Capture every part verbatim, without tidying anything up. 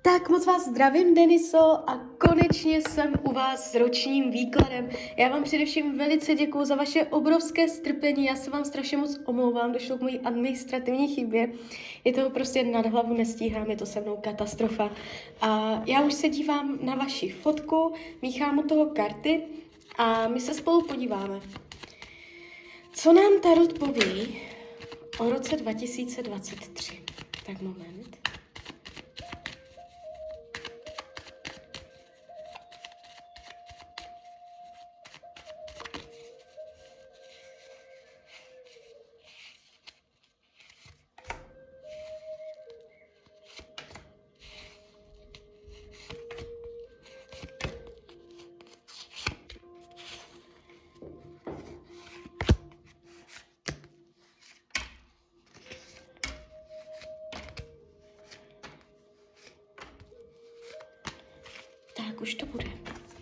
Tak moc vás zdravím, Deniso, a konečně jsem u vás s ročním výkladem. Já vám především velice děkuju za vaše obrovské strpení, já se vám strašně moc omlouvám, došlo k mojí administrativní chybě. Je toho prostě nad hlavu nestíhám, je to se mnou katastrofa. A já už se dívám na vaši fotku, míchám u toho karty a my se spolu podíváme. Co nám Tarot poví o roce dva tisíce dvacet tři? Tak moment. Tak už to bude.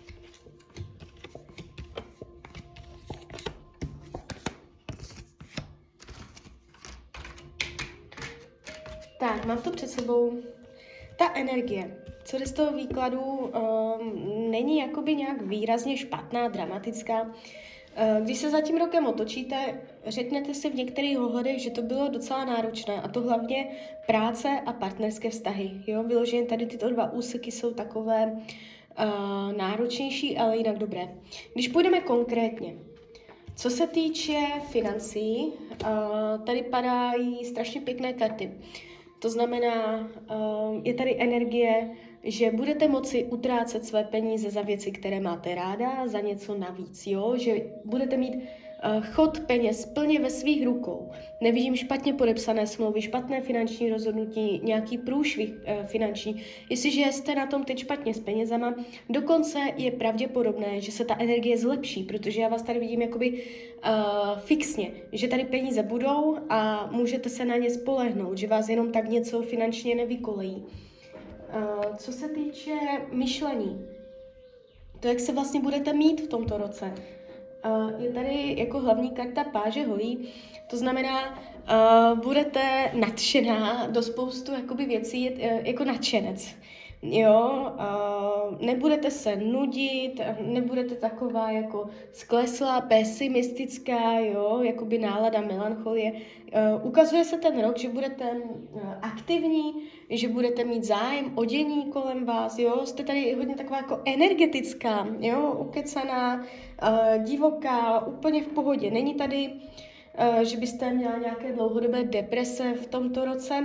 Tak, mám to před sebou. Ta energie, co jde z toho výkladu, um, není jakoby nějak výrazně špatná, dramatická. Uh, když se za tím rokem otočíte, řeknete si v některých ohledech, že to bylo docela náročné, a to hlavně práce a partnerské vztahy. Jo? Vyloženě tady tyto dva úseky jsou takové uh, náročnější, ale jinak dobré. Když půjdeme konkrétně, co se týče financí, uh, tady padají strašně pěkné karty. To znamená, uh, je tady energie, že budete moci utrácet své peníze za věci, které máte ráda, za něco navíc, jo? Že budete mít uh, chod peněz plně ve svých rukou. Nevidím špatně podepsané smlouvy, špatné finanční rozhodnutí, nějaký průšvih uh, finanční. Jestliže jste na tom teď špatně s penězama, dokonce je pravděpodobné, že se ta energie zlepší, protože já vás tady vidím jakoby uh, fixně, že tady peníze budou a můžete se na ně spolehnout, že vás jenom tak něco finančně nevykolejí. Uh, co se týče myšlení, to, jak se vlastně budete mít v tomto roce, uh, je tady jako hlavní karta páže holí, to znamená, uh, budete nadšená do spoustu jakoby věcí, uh, jako nadšenec. Jo, uh, nebudete se nudit, nebudete taková jako skleslá, pesimistická, jo, jakoby nálada melancholie. Uh, ukazuje se ten rok, že budete uh, aktivní, že budete mít zájem o dění kolem vás, jo, jste tady hodně taková jako energetická, jo, ukecaná, uh, divoká, úplně v pohodě. Není tady, uh, že byste měla nějaké dlouhodobé deprese v tomto roce.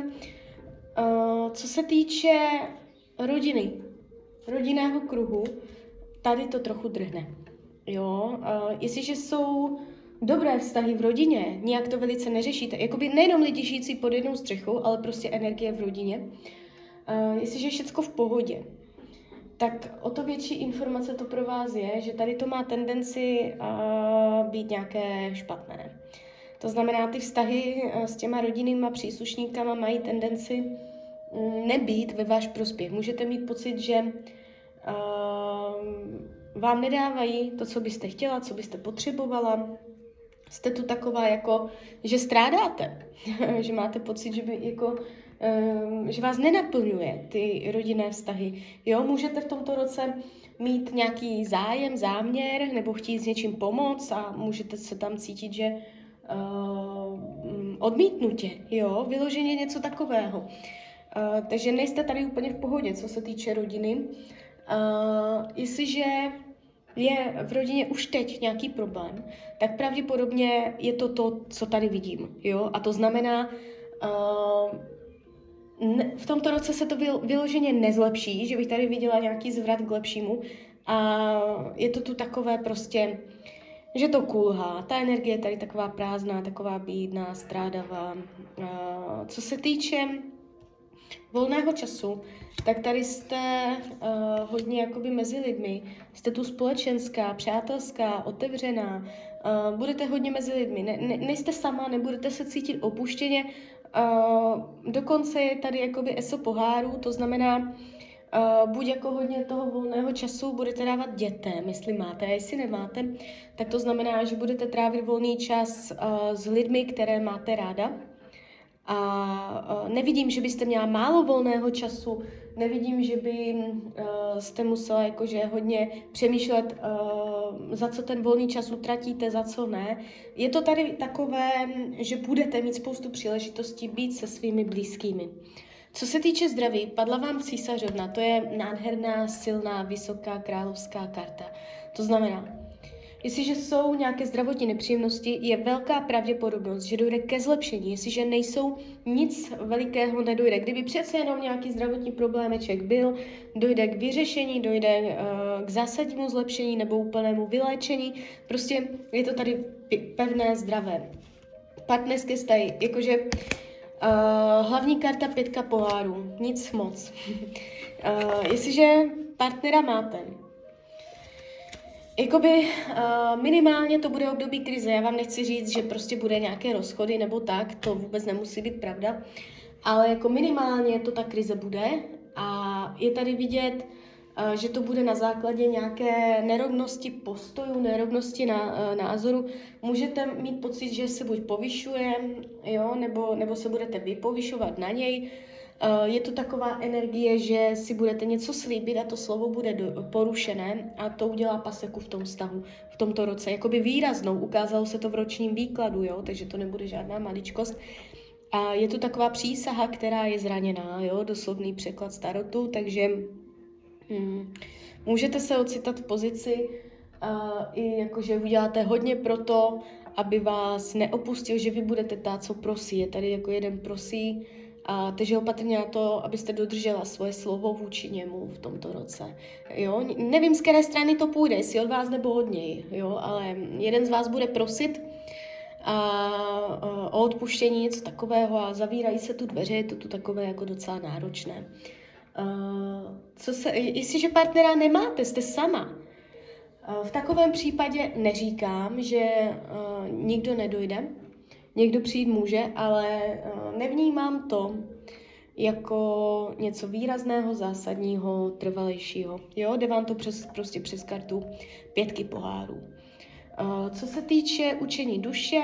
Uh, co se týče rodiny, rodinného kruhu, tady to trochu drhne. Jo, uh, jestliže jsou dobré vztahy v rodině, nijak to velice neřešíte, jakoby nejenom lidi žijící pod jednou střechou, ale prostě energie v rodině, uh, jestliže je všecko v pohodě, tak o to větší informace to pro vás je, že tady to má tendenci uh, být nějaké špatné. To znamená, ty vztahy uh, s těma rodinnýma příslušníkama mají tendenci nebýt ve váš prospěch. Můžete mít pocit, že uh, vám nedávají to, co byste chtěla, co byste potřebovala. Jste tu taková jako, že strádáte, že máte pocit, že, by jako, uh, že vás nenaplňuje ty rodinné vztahy. Jo, můžete v tomto roce mít nějaký zájem, záměr, nebo chtít s něčím pomoct a můžete se tam cítit, že uh, odmítnutě, jo, vyloženě něco takového. Uh, takže nejste tady úplně v pohodě, co se týče rodiny. Uh, jestliže je v rodině už teď nějaký problém, tak pravděpodobně je to to, co tady vidím. Jo? A to znamená, uh, ne, v tomto roce se to vyloženě nezlepší, že bych tady viděla nějaký zvrat k lepšímu. A je to tu takové prostě, že to kulhá. Ta energie je tady taková prázdná, taková bídná, strádavá. Uh, co se týče volného času, tak tady jste uh, hodně jakoby mezi lidmi, jste tu společenská, přátelská, otevřená, uh, budete hodně mezi lidmi, ne, ne, nejste sama, nebudete se cítit opuštěně, uh, dokonce je tady jakoby eso pohárů, to znamená, uh, buď jako hodně toho volného času budete dávat dětem, jestli máte, a jestli nemáte, tak to znamená, že budete trávit volný čas uh, s lidmi, které máte ráda. A uh, nevidím, že byste měla málo volného času, nevidím, že by uh, jste musela jakože hodně přemýšlet, uh, za co ten volný čas utratíte, za co ne. Je to tady takové, že budete mít spoustu příležitostí být se svými blízkými. Co se týče zdraví, padla vám císařovna, to je nádherná, silná, vysoká královská karta. To znamená, jestliže jsou nějaké zdravotní nepříjemnosti, je velká pravděpodobnost, že dojde ke zlepšení. Jestliže nejsou, nic velikého nedojde. Kdyby přece jenom nějaký zdravotní problémeček byl, dojde k vyřešení, dojde uh, k zásadnímu zlepšení nebo úplnému vyléčení. Prostě je to tady pevné, zdravé. Partnerské vztahy, jakože uh, hlavní karta pětka pohárů, nic moc. uh, jestliže partnera máte, Jakoby uh, minimálně to bude období krize. Já vám nechci říct, že prostě bude nějaké rozchody nebo tak, to vůbec nemusí být pravda, ale jako minimálně to ta krize bude a je tady vidět, uh, že to bude na základě nějaké nerovnosti postojů, nerovnosti na, uh, názoru. Můžete mít pocit, že se buď povyšuje, jo, nebo, nebo se budete vy povyšovat na něj. Uh, je to taková energie, že si budete něco slíbit a to slovo bude do, porušené a to udělá paseku v tom vztahu, v tomto roce. Jakoby výraznou, ukázalo se to v ročním výkladu, jo, takže to nebude žádná maličkost. A je to taková přísaha, která je zraněná, jo, doslovný překlad starotu, takže hm, můžete se ocitat v pozici uh, i jakože uděláte hodně pro to, aby vás neopustil, že vy budete ta, co prosí. Je tady jako jeden prosí, a takže opatrně na to, abyste dodržela svoje slovo vůči němu v tomto roce. Jo? Nevím, z které strany to půjde, jestli od vás nebo od něj, jo? Ale jeden z vás bude prosit a, a, o odpuštění něco takového a zavírají se tu dveře, je to tu takové jako docela náročné. A, co se, jestliže partnera nemáte, jste sama, a v takovém případě neříkám, že a, nikdo nedojde, někdo přijít může, ale uh, nevnímám to jako něco výrazného, zásadního, trvalejšího. Jo, jde vám to přes, prostě přes kartu pětky pohárů. Uh, co se týče učení duše,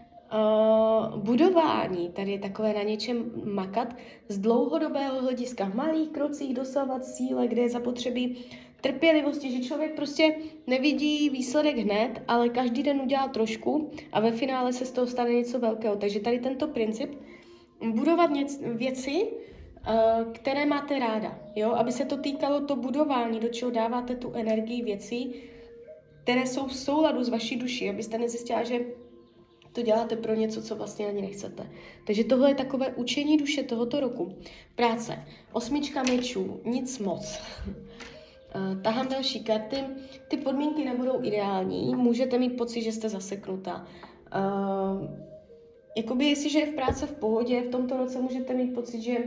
uh, budování, tady je takové na něčem makat z dlouhodobého hlediska, v malých krocích dosahovat cíle, kde je zapotřebí trpělivosti, že člověk prostě nevidí výsledek hned, ale každý den udělá trošku a ve finále se z toho stane něco velkého. Takže tady tento princip, budovat něc, věci, uh, které máte ráda, jo? Aby se to týkalo to budování, do čeho dáváte tu energii věcí, které jsou v souladu s vaší duší, abyste nezjistila, že to děláte pro něco, co vlastně ani nechcete. Takže tohle je takové učení duše tohoto roku. Práce. Osmička mečů, nic moc. Uh, tahám další karty. Ty podmínky nebudou ideální, můžete mít pocit, že jste zaseknutá. Uh, jakoby jestliže je v práci v pohodě, v tomto roce můžete mít pocit, že,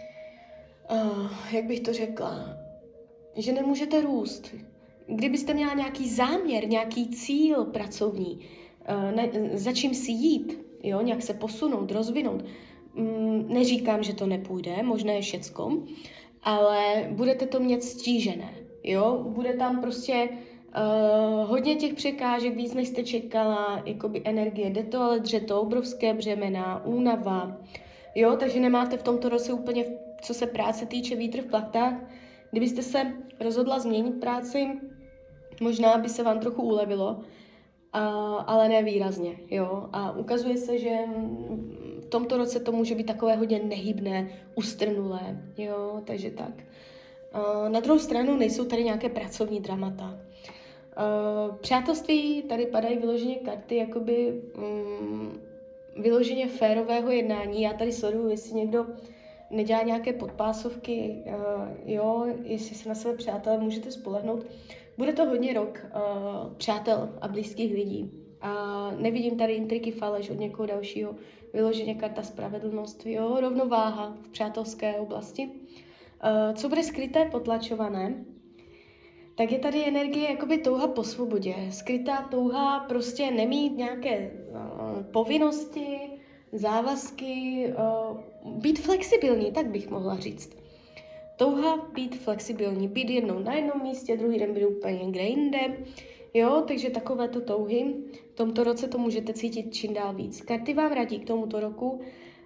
uh, jak bych to řekla, že nemůžete růst. Kdybyste měla nějaký záměr, nějaký cíl pracovní, uh, ne, za čím si jít, jo, nějak se posunout, rozvinout, um, neříkám, že to nepůjde, možná je všecko, ale budete to mít stížené. Jo, bude tam prostě uh, hodně těch překážek, víc než jste čekala, jakoby energie, jde to ale dřeto, obrovské břemena, únava, jo, takže nemáte v tomto roce úplně, co se práce týče, vítr v plachtách. Kdybyste se rozhodla změnit práci, možná by se vám trochu ulevilo, a, ale ne výrazně, jo, a ukazuje se, že v tomto roce to může být takové hodně nehybné, ustrnulé, jo, takže tak. Uh, na druhou stranu nejsou tady nějaké pracovní dramata. Uh, přátelství, tady padají vyloženě karty, jakoby um, vyloženě férového jednání. Já tady sleduju, jestli někdo nedělá nějaké podpásovky, uh, jo, jestli se na své přátelé můžete spolehnout. Bude to hodně rok uh, přátel a blízkých lidí. A nevidím tady intriky, faleš od někoho dalšího. Vyloženě karta spravedlnost, jo, rovnováha v přátelské oblasti. Uh, co bude skryté, potlačované, tak je tady energie jakoby touha po svobodě. Skrytá touha prostě nemít nějaké uh, povinnosti, závazky, uh, být flexibilní, tak bych mohla říct. Touha být flexibilní, být jednou na jednom místě, druhý den být úplně někde jinde, jo, takže takovéto touhy. V tomto roce to můžete cítit čím dál víc. Karty vám radí k tomuto roku,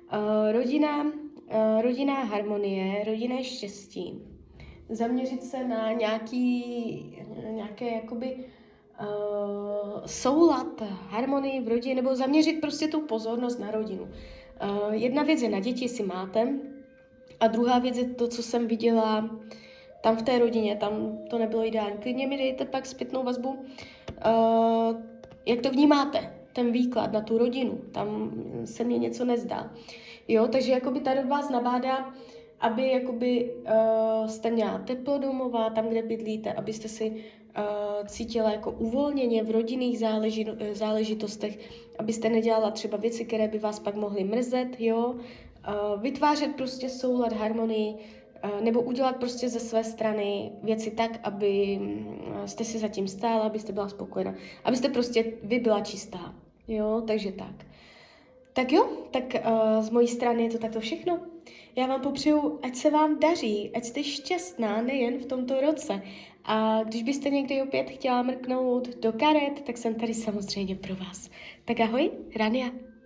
Uh, rodina, uh, rodinná harmonie, rodinné štěstí. Zaměřit se na nějaký, nějaké jakoby uh, soulad, harmonii v rodině, nebo zaměřit prostě tu pozornost na rodinu. Uh, jedna věc je na děti, jestli máte, a druhá věc je to, co jsem viděla tam v té rodině, tam to nebylo ideální. Klidně mi dejte pak zpětnou vazbu, uh, jak to vnímáte, ten výklad na tu rodinu, tam se mně něco nezdá. Jo, takže jakoby tady vás nabádá, aby jakoby uh, jste měla teplo domova, tam, kde bydlíte, abyste si uh, cítila jako uvolněně v rodinných záleži, záležitostech, abyste nedělala třeba věci, které by vás pak mohly mrzet, jo, uh, vytvářet prostě soulad, harmonii, uh, nebo udělat prostě ze své strany věci tak, aby uh, jste si zatím stála, abyste byla spokojená, abyste prostě vy byla čistá, jo, takže tak. Tak jo, tak uh, z mojí strany je to takto všechno. Já vám popřeju, ať se vám daří, ať jste šťastná nejen v tomto roce. A když byste někdy opět chtěla mrknout do karet, tak jsem tady samozřejmě pro vás. Tak ahoj, Rania.